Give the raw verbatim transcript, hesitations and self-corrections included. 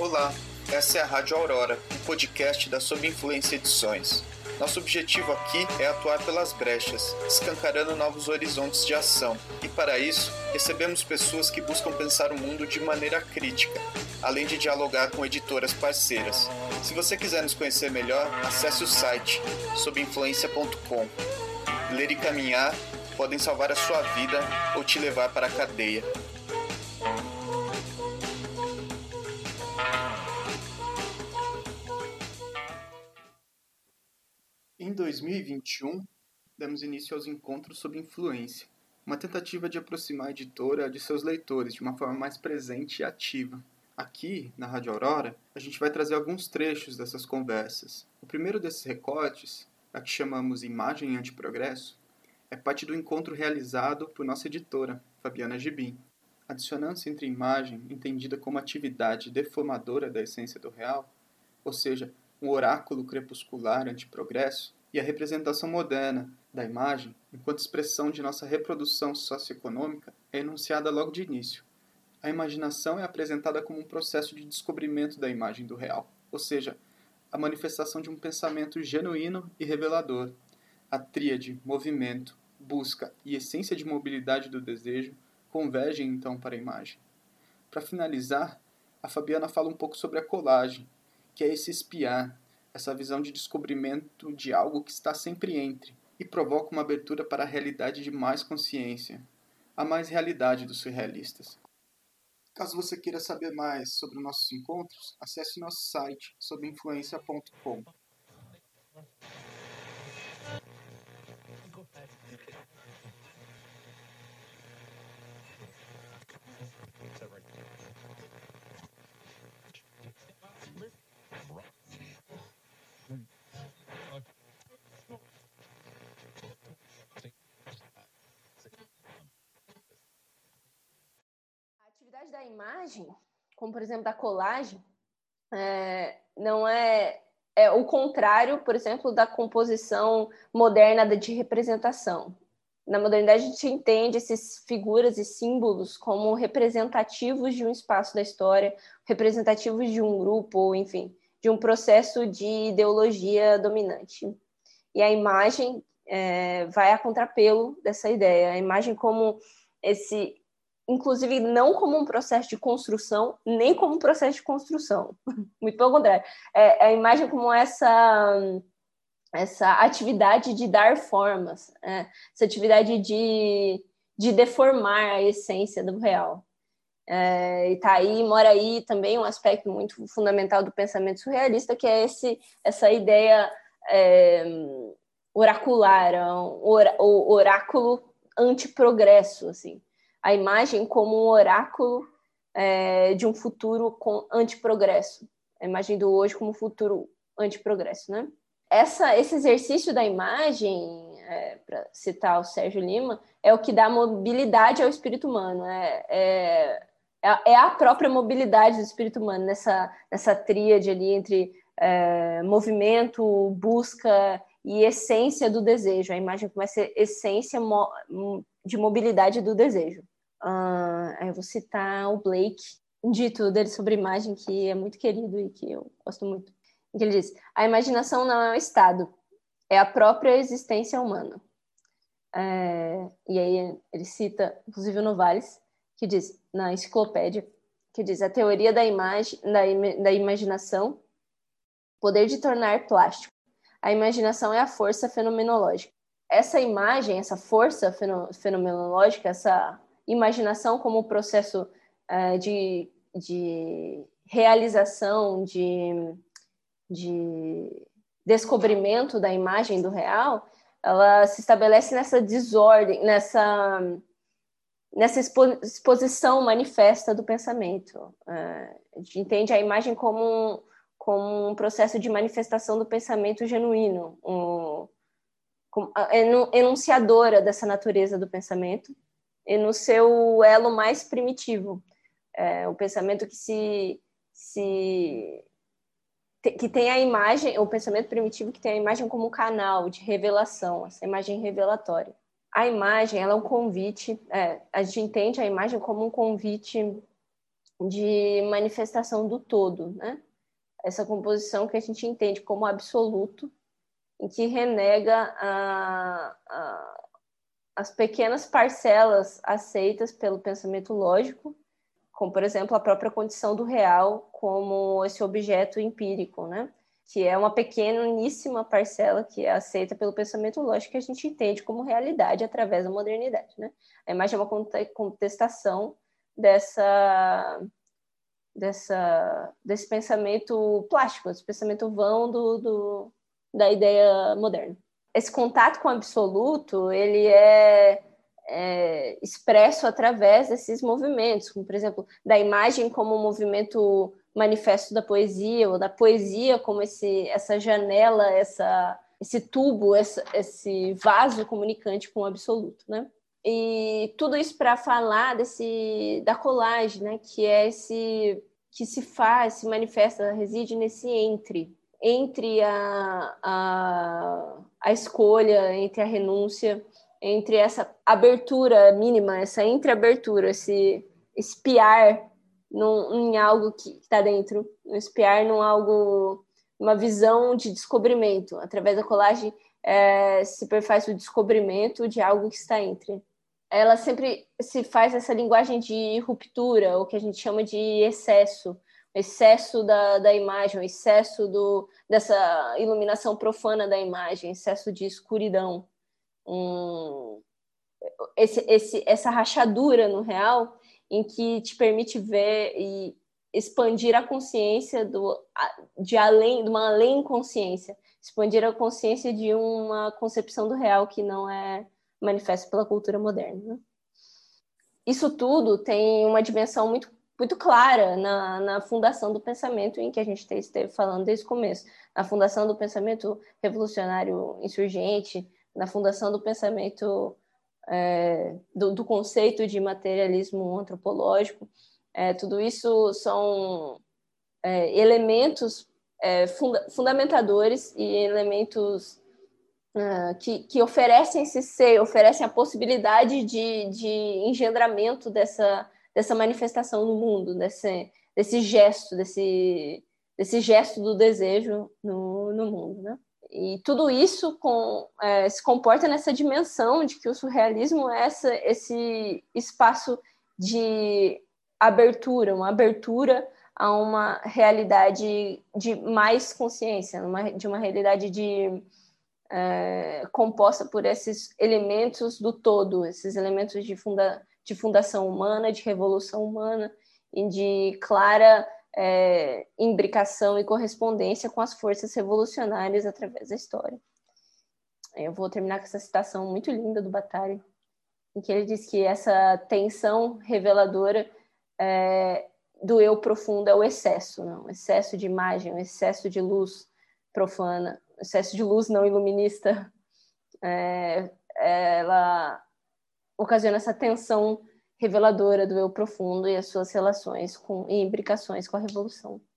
Olá, essa é a Rádio Aurora, um podcast da Sob Influência Edições. Nosso objetivo aqui é atuar pelas brechas, escancarando novos horizontes de ação. E para isso, recebemos pessoas que buscam pensar o mundo de maneira crítica, além de dialogar com editoras parceiras. Se você quiser nos conhecer melhor, acesse o site sob influência ponto com. Ler e caminhar podem salvar a sua vida ou te levar para a cadeia. Em dois mil e vinte e um, demos início aos Encontros sob Influência, uma tentativa de aproximar a editora de seus leitores de uma forma mais presente e ativa. Aqui, na Rádio Aurora, a gente vai trazer alguns trechos dessas conversas. O primeiro desses recortes, a que chamamos Imagem Antiprogresso, é parte do encontro realizado por nossa editora, Fabiana Gibim. A dissonância entre imagem, entendida como atividade deformadora da essência do real, ou seja, um oráculo crepuscular antiprogresso, e a representação moderna da imagem, enquanto expressão de nossa reprodução socioeconômica, é enunciada logo de início. A imaginação é apresentada como um processo de descobrimento da imagem do real, ou seja, a manifestação de um pensamento genuíno e revelador. A tríade, movimento, busca e essência de mobilidade do desejo convergem então para a imagem. Para finalizar, a Fabiana fala um pouco sobre a colagem, que é esse espiar, essa visão de descobrimento de algo que está sempre entre, e provoca uma abertura para a realidade de mais consciência, a mais realidade dos surrealistas. Caso você queira saber mais sobre nossos encontros, acesse nosso site sob influência ponto com. A atividade da imagem, como por exemplo da colagem, é, não é, é o contrário, por exemplo, da composição moderna de representação. Na modernidade, a gente entende essas figuras e símbolos como representativos de um espaço da história, representativos de um grupo, ou enfim, de um processo de ideologia dominante. E a imagem é, vai a contrapelo dessa ideia. A imagem como esse, inclusive não como um processo de construção, nem como um processo de construção. Muito pelo contrário. É, a imagem como essa... essa atividade de dar formas, né? Essa atividade de, de deformar a essência do real. É, e tá aí, mora aí também um aspecto muito fundamental do pensamento surrealista, que é esse, essa ideia é, oracular, o oráculo antiprogresso, assim. A imagem como um oráculo é, de um futuro com antiprogresso. A imagem do hoje como um futuro antiprogresso, né? Essa, esse exercício da imagem, é, para citar o Sérgio Lima, é o que dá mobilidade ao espírito humano. É, é, é a própria mobilidade do espírito humano, nessa, nessa tríade ali entre é, movimento, busca e essência do desejo. A imagem começa a ser essência de mobilidade do desejo. Uh, eu vou citar o Blake, um dito dele sobre imagem que é muito querido e que eu gosto muito. Que ele diz: a imaginação não é um estado, é a própria existência humana. É, e aí ele cita, inclusive, o Novalis, que diz, na enciclopédia, que diz: a teoria da imagem, da, da imaginação, poder de tornar plástico. A imaginação é a força fenomenológica. Essa imagem, essa força fenomenológica, essa imaginação como processo é, de, de realização, de de descobrimento da imagem do real, ela se estabelece nessa desordem, nessa, nessa exposição manifesta do pensamento. A gente entende a imagem como um, como um processo de manifestação do pensamento genuíno, um, como, enunciadora dessa natureza do pensamento, e no seu elo mais primitivo, é, o pensamento que se... se que tem a imagem, o pensamento primitivo que tem a imagem como um canal de revelação, essa imagem revelatória. A imagem, ela é um convite, é, a gente entende a imagem como um convite de manifestação do todo, né? Essa composição que a gente entende como absoluto, em que renega a, a, as pequenas parcelas aceitas pelo pensamento lógico, como, por exemplo, a própria condição do real como esse objeto empírico, né? Que é uma pequeníssima parcela que é aceita pelo pensamento lógico que a gente entende como realidade através da modernidade, né? A imagem é uma contestação dessa, dessa, desse pensamento plástico, desse pensamento vão do, do, da ideia moderna. Esse contato com o absoluto, ele é, é expresso através desses movimentos, como, por exemplo, da imagem como um movimento manifesto da poesia, ou da poesia como esse, essa janela, essa, esse tubo, essa, esse vaso comunicante com o absoluto, né? E tudo isso para falar desse, da colagem, né? Que é esse que se faz, se manifesta, reside nesse entre, entre a, a, a escolha, entre a renúncia, entre essa abertura mínima, essa entreabertura, esse espiar num, em algo que está dentro, espiar num algo, uma visão de descobrimento. Através da colagem é, se perfaz o descobrimento de algo que está entre. Ela sempre se faz essa linguagem de ruptura, o que a gente chama de excesso, o excesso da, da imagem, o excesso do, dessa iluminação profana da imagem, excesso de escuridão. Um, esse, esse, essa rachadura no real em que te permite ver e expandir a consciência do, de, além, de uma além consciência, expandir a consciência de uma concepção do real que não é manifesta pela cultura moderna. Né? Isso tudo tem uma dimensão muito, muito clara na, na fundação do pensamento em que a gente esteve falando desde o começo, na fundação do pensamento revolucionário insurgente, na fundação do pensamento é, do, do conceito de materialismo antropológico. É, tudo isso são é, elementos é, funda fundamentadores e elementos Uh, que, que oferecem esse ser, oferecem a possibilidade de, de engendramento dessa, dessa manifestação no mundo, desse, desse gesto, desse, desse gesto do desejo no, no mundo, né? E tudo isso com, é, se comporta nessa dimensão de que o surrealismo é essa, esse espaço de abertura, uma abertura a uma realidade de mais consciência, uma, de uma realidade de É, composta por esses elementos do todo, esses elementos de, funda, de fundação humana, de revolução humana e de clara é, imbricação e correspondência com as forças revolucionárias através da história. Eu vou terminar com essa citação muito linda do Bataille, em que ele diz que essa tensão reveladora é, do eu profundo é o excesso, não? O excesso de imagem, o excesso de luz profana, excesso de luz não iluminista, é, ela ocasiona essa tensão reveladora do eu profundo e as suas relações com, e imbricações com a revolução.